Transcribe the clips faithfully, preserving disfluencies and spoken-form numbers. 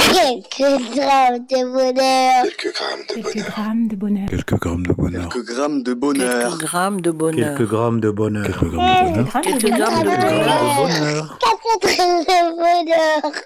Quelques grammes de bonheur. Quelques grammes de Quelques bonheur. grammes de bonheur. Quelques grammes de bonheur. Quelques grammes de bonheur. Quelques grammes de bonheur. Quelques grammes de bonheur. Quelques grammes de bonheur. Quelques grammes de bonheur. bonheur. Quatre grammes de bonheur.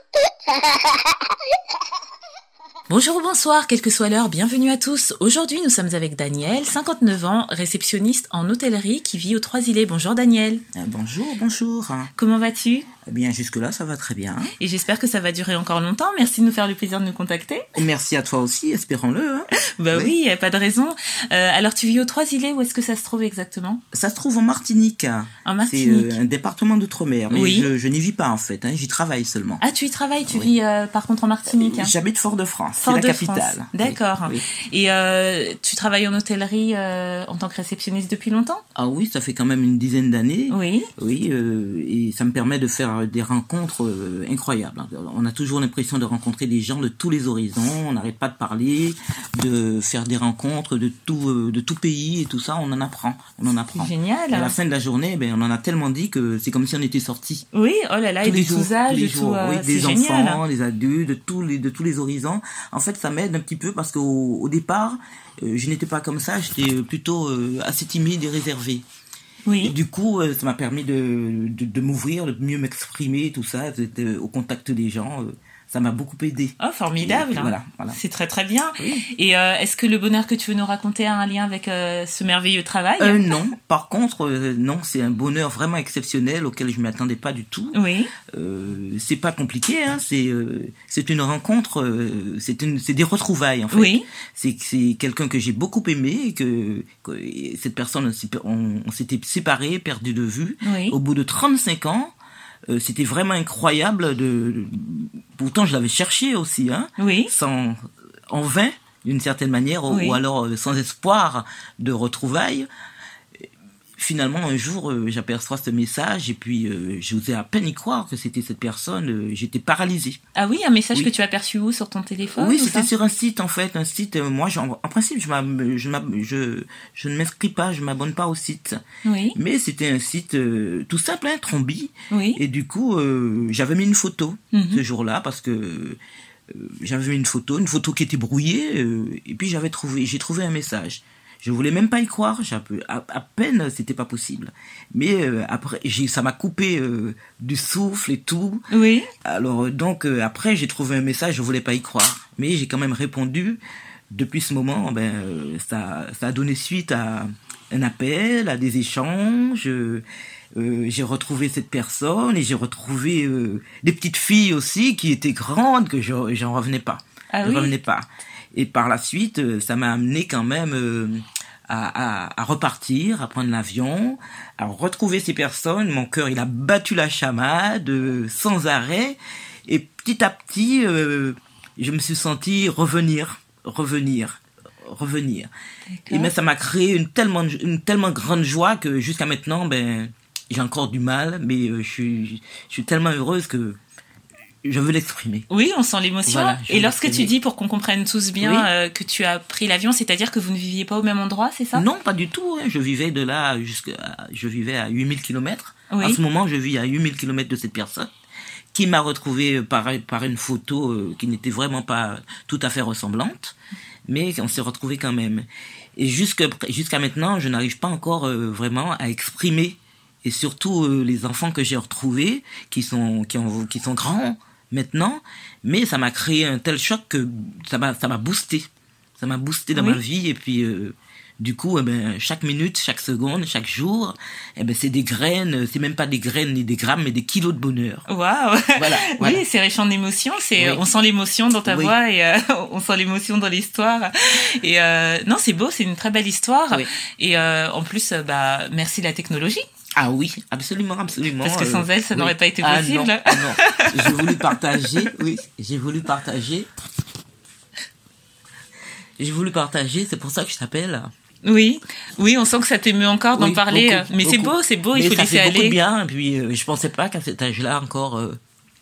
Bonjour ou bonsoir, quelle que soit l'heure, bienvenue à tous. Aujourd'hui, nous sommes avec Daniel, cinquante-neuf ans, réceptionniste en hôtellerie qui vit aux Trois-Îlets. Bonjour Daniel. Euh, bonjour, bonjour. Comment vas-tu ? Eh bien, jusque-là, ça va très bien. Et j'espère que ça va durer encore longtemps. Merci de nous faire le plaisir de nous contacter. Merci à toi aussi, espérons-le. Hein. Bah oui, oui, y a pas de raison. Euh, alors, tu vis aux Trois-Îlets, où est-ce que ça se trouve exactement ? Ça se trouve en Martinique. En Martinique. C'est euh, un département d'outre-mer, mais Oui. je, je n'y vis pas en fait, hein, j'y travaille seulement. Ah, tu y travailles, tu Oui. vis euh, par contre en Martinique. Hein. J'habite Fort-de-France, c'est la Fort-de-France. capitale. D'accord. Oui, oui. Et euh, tu travailles en hôtellerie euh, en tant que réceptionniste depuis longtemps ? Ah oui, ça fait quand même une dizaine d'années. Oui. Oui, euh, et ça me permet de faire des rencontres euh, incroyables. On a toujours l'impression de rencontrer des gens de tous les horizons, on n'arrête pas de parler, de faire des rencontres de tout, euh, de tout pays et tout ça, on en apprend. On en apprend. Génial. Et à la fin de la journée, ben, on en a tellement dit que c'est comme si on était sortis. Oui, oh là là, et Tous de les jours, tous âges, tous les de jours, tout, euh, oui, c'est des génial. enfants, des adultes, de tous les, de tous les horizons. En fait, ça m'aide un petit peu parce qu'au au départ, euh, je n'étais pas comme ça, j'étais plutôt euh, assez timide et réservé. Et Oui. du coup, euh, ça m'a permis de, de, de m'ouvrir, de mieux m'exprimer, tout ça, d'être euh, au contact des gens. euh, ça m'a beaucoup aidé. Oh, formidable. Et voilà, voilà. C'est très très bien. Oui. Et euh, est-ce que le bonheur que tu veux nous raconter a un lien avec euh, ce merveilleux travail ? Euh, non, par contre, euh, non, c'est un bonheur vraiment exceptionnel auquel je ne m'attendais pas du tout. Oui. Euh, c'est pas compliqué, hein, c'est euh, c'est une rencontre, euh, c'est une c'est des retrouvailles en fait. Oui. C'est c'est quelqu'un que j'ai beaucoup aimé et que, que et cette personne on, s'est- on, on s'était séparés, perdu de vue. Oui. Au bout de trente-cinq ans, euh, c'était vraiment incroyable de pourtant je l'avais cherché aussi hein, Oui. sans en vain d'une certaine manière ou, Oui. ou alors euh, sans espoir de retrouvailles. Finalement, un jour, euh, j'aperçois ce message et puis euh, j'osais à peine y croire que c'était cette personne. euh, j'étais paralysé. Ah oui, un message Oui. que tu as perçu où sur ton téléphone oui, ou c'était ça sur un site en fait, un site. euh, moi, j'en- en principe, je, m'ab- je, m'ab- je, je ne m'inscris pas, je m'abonne pas au site. Oui. Mais c'était un site euh, tout simple, hein, Trombi. Oui. Et du coup, euh, j'avais mis une photo Mhm. ce jour-là parce que euh, j'avais mis une photo, une photo qui était brouillée. euh, et puis j'avais trouvé, j'ai trouvé un message. Je voulais même pas y croire, j'ai un peu- à, à peine c'était pas possible. Mais euh, après, j'ai, ça m'a coupé euh, du souffle et tout. Oui. Alors euh, donc euh, après j'ai trouvé un message, je voulais pas y croire, mais j'ai quand même répondu. Depuis ce moment, ben euh, ça ça a donné suite à un appel, à des échanges. euh, euh, j'ai retrouvé cette personne et j'ai retrouvé euh, des petites filles aussi qui étaient grandes que je j'en revenais pas. Ah je oui. revenais pas. Et par la suite, euh, ça m'a amené quand même euh, à, à, à repartir, à prendre l'avion, à retrouver ces personnes. Mon cœur, il a battu la chamade euh, sans arrêt. Et petit à petit, euh, je me suis senti revenir, revenir, revenir. Et mais ça m'a créé une tellement, une tellement grande joie que jusqu'à maintenant, ben, j'ai encore du mal, mais euh, je suis, je suis tellement heureuse que je veux l'exprimer. Oui, on sent l'émotion. Voilà, je Et vais lorsque tu l'exprimer. dis, pour qu'on comprenne tous bien, Oui. euh, que tu as pris l'avion, c'est-à-dire que vous ne viviez pas au même endroit, c'est ça ? Non, pas du tout. hein. Je vivais de là jusqu'à, je vivais à huit mille kilomètres. Oui. En ce moment, je vis à huit mille kilomètres de cette personne qui m'a retrouvé par, par une photo euh, qui n'était vraiment pas tout à fait ressemblante, mais on s'est retrouvé quand même. Et jusque, jusqu'à maintenant, je n'arrive pas encore euh, vraiment à exprimer, et surtout euh, les enfants que j'ai retrouvés, qui sont, qui ont, qui sont grands maintenant, mais ça m'a créé un tel choc que ça m'a, ça m'a boosté. Ça m'a boosté dans Oui. ma vie, et puis euh, du coup, eh ben, chaque minute, chaque seconde, chaque jour, eh ben, c'est des graines, c'est même pas des graines ni des grammes, mais des kilos de bonheur. Waouh. Voilà, voilà. Oui, c'est riche en émotions. C'est, Oui. on sent l'émotion dans ta Oui. voix et euh, on sent l'émotion dans l'histoire. Et euh, non, c'est beau, c'est une très belle histoire. Oui. Et euh, en plus, euh, bah, merci la technologie, Ah oui, absolument, absolument. parce que sans elle, ça oui. n'aurait pas été Ah possible. non, non. J'ai voulu partager, oui, j'ai voulu partager. J'ai voulu partager, c'est pour ça que je t'appelle. Oui, oui, on sent que ça t'émeut encore d'en Oui, parler. beaucoup, euh, mais c'est beaucoup. beau, c'est beau, Mais il faut ça laisser fait beaucoup aller. de bien, et puis euh, je pensais pas qu'à cet âge-là encore... euh,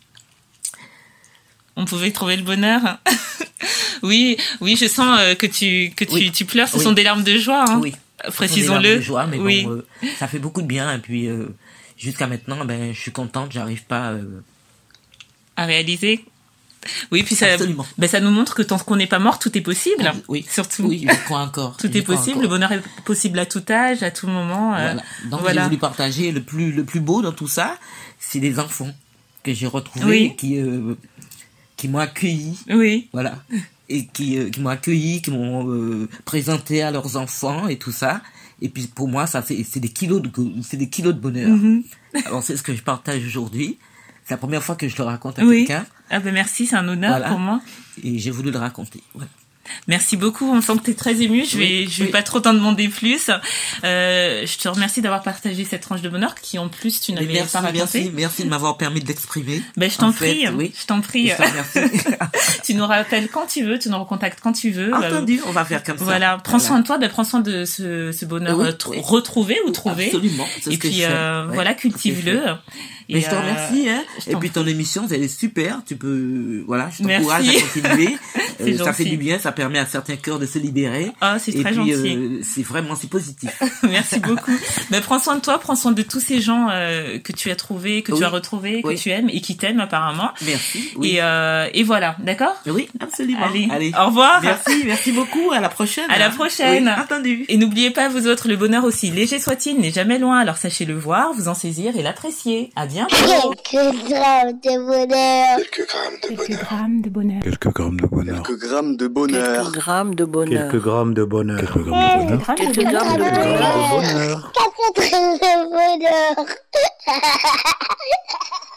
On pouvait trouver le bonheur. Oui, oui, je sens euh, que tu que tu, Oui. tu pleures. Ce Oui. sont des larmes de joie. Hein. Oui. Précisons-le. Ce sont des larmes de joie, mais oui. bon, euh, ça fait beaucoup de bien. Et puis, euh, jusqu'à maintenant, ben, je suis contente, j'arrive pas... euh, À réaliser. Oui, puis ça, Absolument. ben ça nous montre que tant qu'on n'est pas mort, tout est possible. Ah, oui. Surtout. Oui, je crois encore. Tout Je est crois possible. encore. Le bonheur est possible à tout âge, à tout moment. euh, Voilà. Donc voilà. j'ai voulu partager le plus le plus beau dans tout ça, c'est les enfants que j'ai retrouvés Oui. et qui euh, qui m'ont accueilli, Oui. voilà, et qui euh, qui m'ont accueilli, qui m'ont euh, présenté à leurs enfants et tout ça. Et puis pour moi, ça fait c'est des kilos de c'est des kilos de bonheur. Mhm. Alors c'est ce que je partage aujourd'hui. C'est la première fois que je le raconte à Oui. quelqu'un Ah ben merci, c'est un honneur Voilà. pour moi. et j'ai voulu le raconter. Voilà. Merci beaucoup. On sent que t'es très émue. Je vais, Oui, je vais oui. pas trop t'en demander plus. Euh, je te remercie d'avoir partagé cette tranche de bonheur qui en plus tu Et n'avais merci, pas raconté. merci, merci de m'avoir permis de l'exprimer. Ben je t'en En fait, prie. oui. Je t'en prie. Je te remercie. Tu nous rappelles quand tu veux. Tu nous recontactes quand tu veux. Entendu, on va faire comme ça. Voilà, prends soin de toi, ben prends soin de ce, ce bonheur Oui, euh, tr- oui. retrouvé ou trouvé. Absolument. c'est Et ce que puis je fais. euh, Ouais, voilà, c'est ce que je cultive-le. fais. Et, Mais je te euh, remercie, hein. je Et t'en puis ton émission, elle est super. Tu peux, voilà, je Merci. t'encourage à continuer. C'est Euh, ça fait gentil. du bien, ça permet à certains cœurs de se libérer. Ah, c'est Et très puis, gentil. euh, c'est vraiment, c'est positif. Merci beaucoup. Ben, prends soin de toi, prends soin de tous ces gens euh, que tu as trouvés, que Oui. tu as retrouvés, que Oui. tu aimes et qui t'aiment apparemment. Merci. Oui. Et, euh, et voilà, d'accord? Oui, absolument. Allez, au revoir. Merci, merci beaucoup. À la prochaine. À la hein. prochaine. Oui, entendu. Et n'oubliez pas, vous autres, le bonheur aussi léger soit-il n'est jamais loin, alors sachez le voir, vous en saisir et l'apprécier. À bientôt. Quelques grammes de bonheur. Quelques grammes de Quelques bonheur. grammes de bonheur. Quelques grammes de bonheur. Quelques grammes de bonheur. Quelques grammes de bonheur. Quelques grammes de bonheur. Quelques grammes de bonheur. Quelques grammes de Quelques bonheur. grammes de bonheur. Quatre grammes de bonheur.